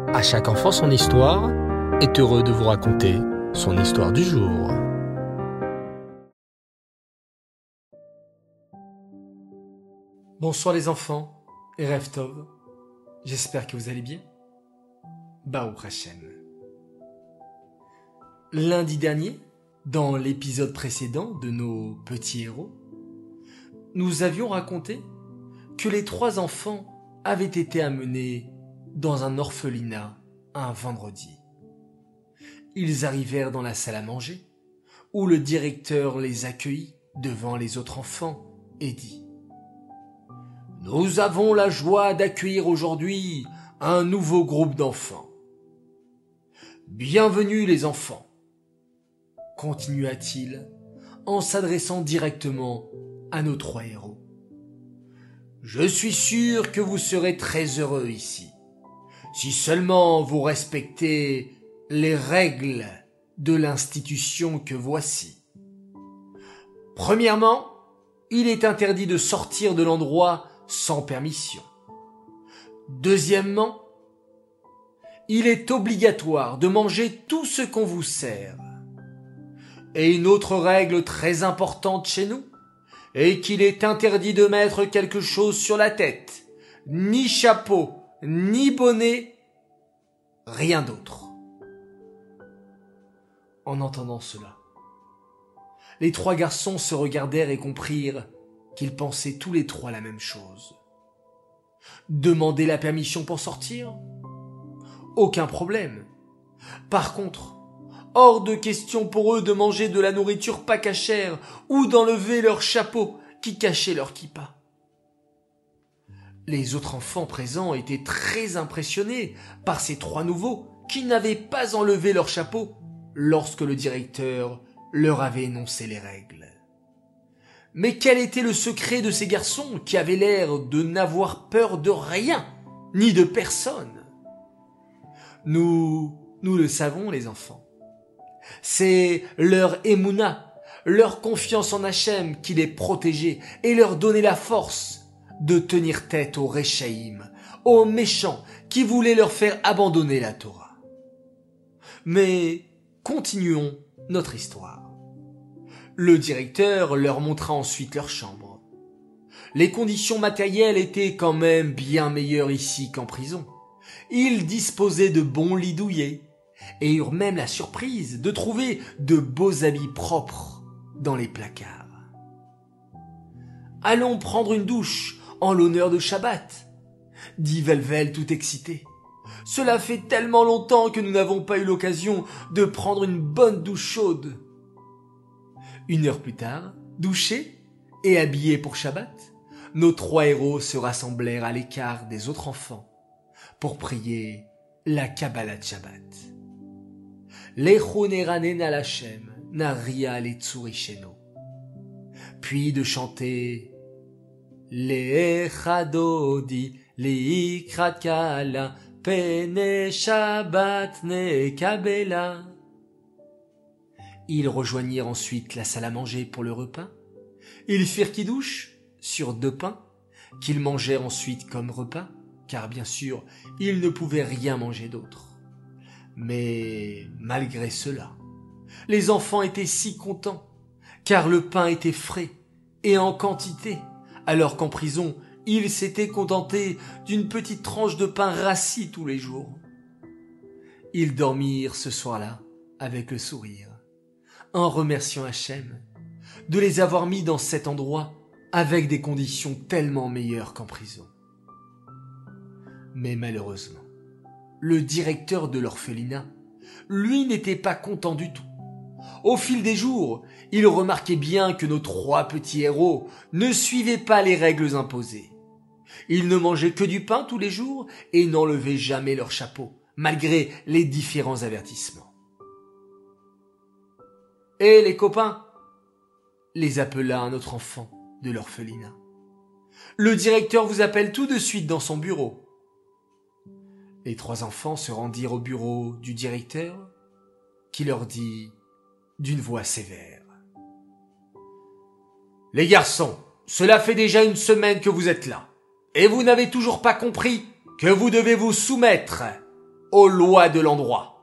À chaque enfant son histoire est heureux de vous raconter son histoire du jour. Bonsoir les enfants et Rev Tov, j'espère que vous allez bien. Baruch Hashem. Lundi dernier, dans l'épisode précédent de nos petits héros, nous avions raconté que les 3 enfants avaient été amenés dans un orphelinat un vendredi. Ils arrivèrent dans la salle à manger, où le directeur les accueillit devant les autres enfants et dit « Nous avons la joie d'accueillir aujourd'hui un nouveau groupe d'enfants. Bienvenue les enfants, continua-t-il en s'adressant directement à nos 3 héros. Je suis sûr que vous serez très heureux ici, si seulement vous respectez les règles de l'institution que voici. Premièrement, il est interdit de sortir de l'endroit sans permission. Deuxièmement, il est obligatoire de manger tout ce qu'on vous sert. Et une autre règle très importante chez nous est qu'il est interdit de mettre quelque chose sur la tête, ni chapeau, ni bonnet, rien d'autre. » En entendant cela, les 3 garçons se regardèrent et comprirent qu'ils pensaient tous les 3 la même chose. Demander la permission pour sortir ? Aucun problème. Par contre, hors de question pour eux de manger de la nourriture pas cachère ou d'enlever leur chapeau qui cachait leur kippa. Les autres enfants présents étaient très impressionnés par ces 3 nouveaux qui n'avaient pas enlevé leur chapeau lorsque le directeur leur avait énoncé les règles. Mais quel était le secret de ces garçons qui avaient l'air de n'avoir peur de rien, ni de personne ? Nous le savons les enfants. C'est leur émouna, leur confiance en Hachem qui les protégeait et leur donnait la force de tenir tête aux Réchaïm, aux méchants qui voulaient leur faire abandonner la Torah. Mais continuons notre histoire. Le directeur leur montra ensuite leur chambre. Les conditions matérielles étaient quand même bien meilleures ici qu'en prison. Ils disposaient de bons lits douillets et eurent même la surprise de trouver de beaux habits propres dans les placards. « Allons prendre une douche en l'honneur de Shabbat » dit Velvel tout excité. « Cela fait tellement longtemps que nous n'avons pas eu l'occasion de prendre une bonne douche chaude. » 1 heure plus tard, douchés et habillés pour Shabbat, nos 3 héros se rassemblèrent à l'écart des autres enfants pour prier la Kabbalat Shabbat. Lechu neranen al Hashem, naria letzurisheno. Puis de chanter Lechadodi, likrat kala, pene Shabbat nekabela. Ils rejoignirent ensuite la salle à manger pour le repas. Ils firent kidouche sur 2 pains, qu'ils mangèrent ensuite comme repas, car bien sûr, ils ne pouvaient rien manger d'autre. Mais malgré cela, les enfants étaient si contents, car le pain était frais et en quantité, alors qu'en prison, ils s'étaient contentés d'une petite tranche de pain rassis tous les jours. Ils dormirent ce soir-là avec le sourire, en remerciant Hachem de les avoir mis dans cet endroit avec des conditions tellement meilleures qu'en prison. Mais malheureusement, le directeur de l'orphelinat, lui, n'était pas content du tout. Au fil des jours, il remarquait bien que nos 3 petits héros ne suivaient pas les règles imposées. Ils ne mangeaient que du pain tous les jours et n'enlevaient jamais leur chapeau, malgré les différents avertissements. « Hé les copains !» les appela un autre enfant de l'orphelinat. « Le directeur vous appelle tout de suite dans son bureau. » Les 3 enfants se rendirent au bureau du directeur, qui leur dit d'une voix sévère. « Les garçons, cela fait déjà 1 semaine que vous êtes là, et vous n'avez toujours pas compris que vous devez vous soumettre aux lois de l'endroit.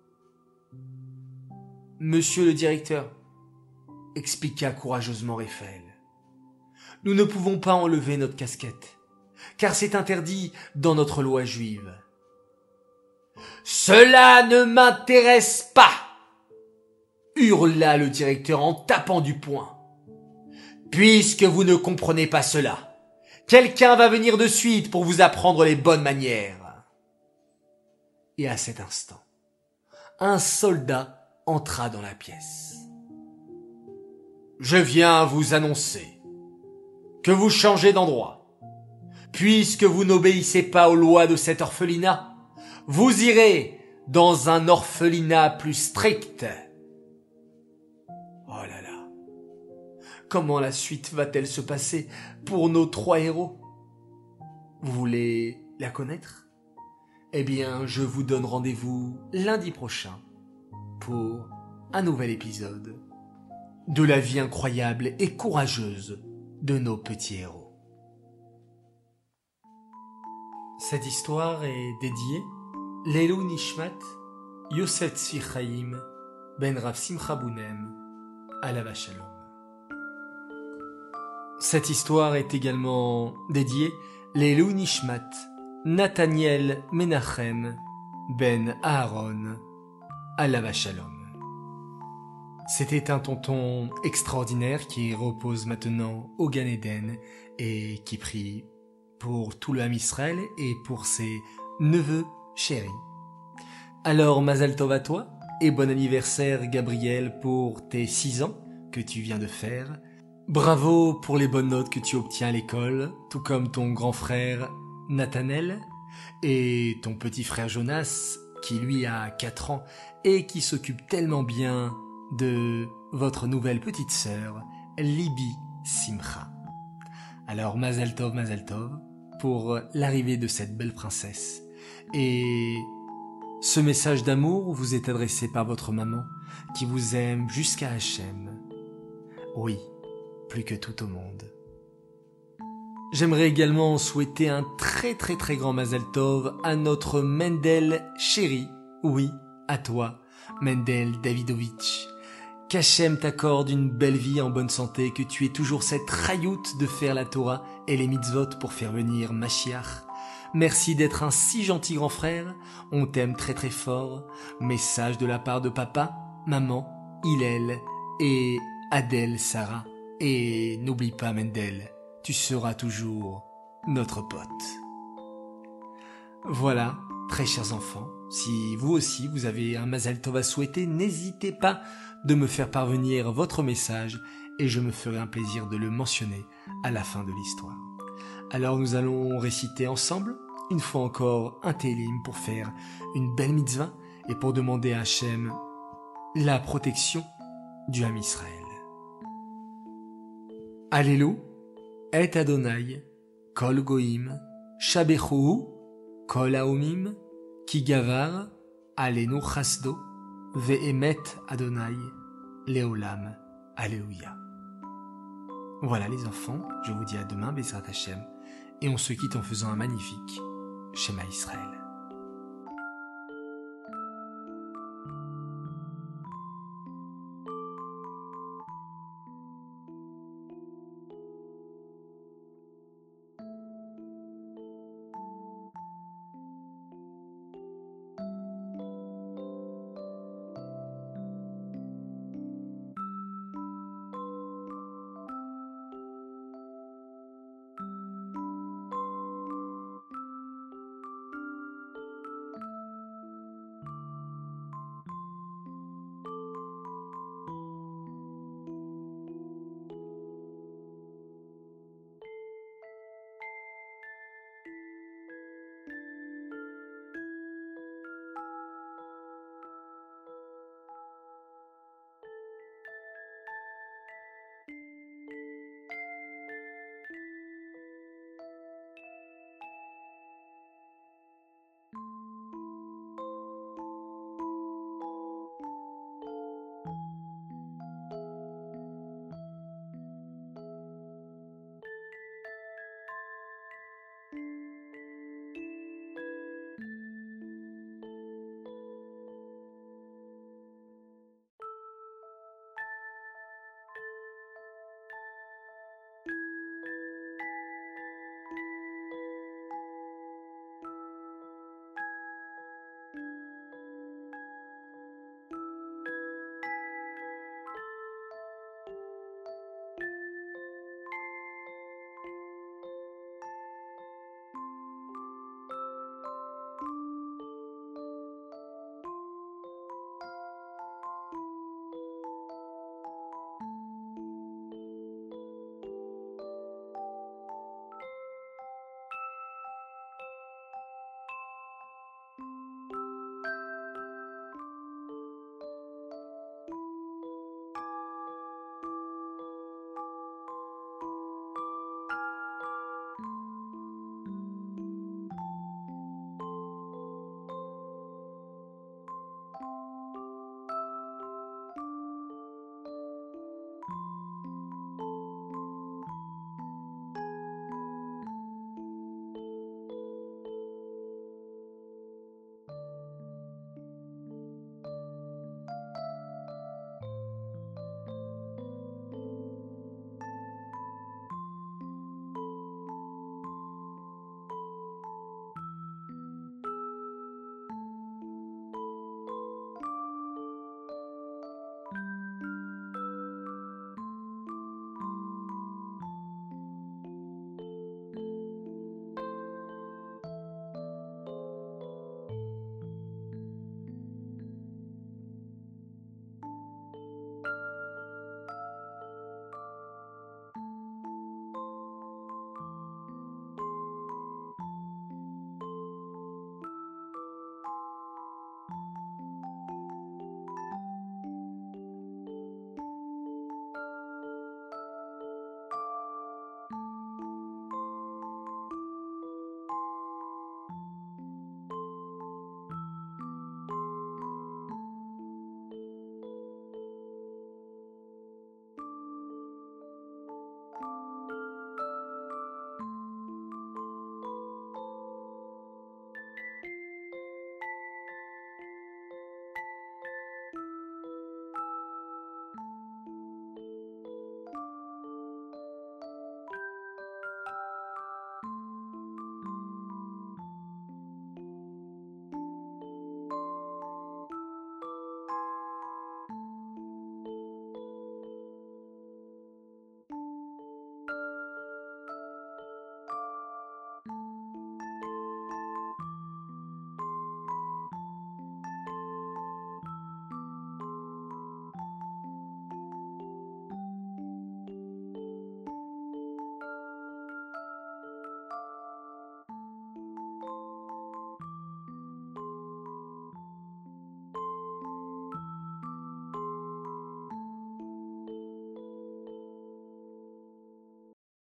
Monsieur le directeur, expliqua courageusement Raphaël, nous ne pouvons pas enlever notre casquette, car c'est interdit dans notre loi juive. Cela ne m'intéresse pas, hurla le directeur en tapant du poing. Puisque vous ne comprenez pas cela, quelqu'un va venir de suite pour vous apprendre les bonnes manières. Et à cet instant, un soldat entra dans la pièce. Je viens vous annoncer que vous changez d'endroit. Puisque vous n'obéissez pas aux lois de cet orphelinat, vous irez dans un orphelinat plus strict. Oh là là, comment la suite va-t-elle se passer pour nos 3 héros? Vous voulez la connaître? Eh bien, je vous donne rendez-vous lundi prochain pour un nouvel épisode de la vie incroyable et courageuse de nos petits héros. Cette histoire est dédiée Leilou Nishmat Yosef Tzvi Chaim Ben Rav Simcha Bounem Alav Shalom. Cette histoire est également dédiée Leilou Nishmat Nathaniel Menachem Ben Aaron Alav Shalom. C'était un tonton extraordinaire qui repose maintenant au Gan Eden et qui prie pour tout le Ham Israël et pour ses neveux chéris. Alors Mazal Tov à toi et bon anniversaire Gabriel pour tes 6 ans que tu viens de faire. Bravo pour les bonnes notes que tu obtiens à l'école, tout comme ton grand frère Nathanaël et ton petit frère Jonas qui lui a 4 ans et qui s'occupe tellement bien de votre nouvelle petite sœur Libby Simcha. Alors Mazal Tov pour l'arrivée de cette belle princesse. Et ce message d'amour vous est adressé par votre maman qui vous aime jusqu'à Hachem. Oui, plus que tout au monde. J'aimerais également souhaiter un très grand Mazal Tov à notre Mendel chéri. Oui, à toi, Mendel Davidovitch. Qu'Hachem t'accorde une belle vie en bonne santé, que tu aies toujours cette rayoute de faire la Torah et les mitzvot pour faire venir Mashiach. Merci d'être un si gentil grand frère, on t'aime très fort. Message de la part de papa, maman, Hillel et Adèle Sarah. Et n'oublie pas Mendel, tu seras toujours notre pote. Voilà, très chers enfants, si vous aussi vous avez un Mazal Tov à souhaiter, n'hésitez pas de me faire parvenir votre message et je me ferai un plaisir de le mentionner à la fin de l'histoire. Alors nous allons réciter ensemble, une fois encore, un Télim pour faire une belle mitzvah et pour demander à Hachem la protection du Ham Israël. Allélu et Adonai, kol goïm, shabechu, kol haomim, ki gavar, alenu chasdo, ve'emet Adonai, leolam, alléluia. Voilà les enfants, je vous dis à demain, Bezrat Hachem, et on se quitte en faisant un magnifique Shema Israël.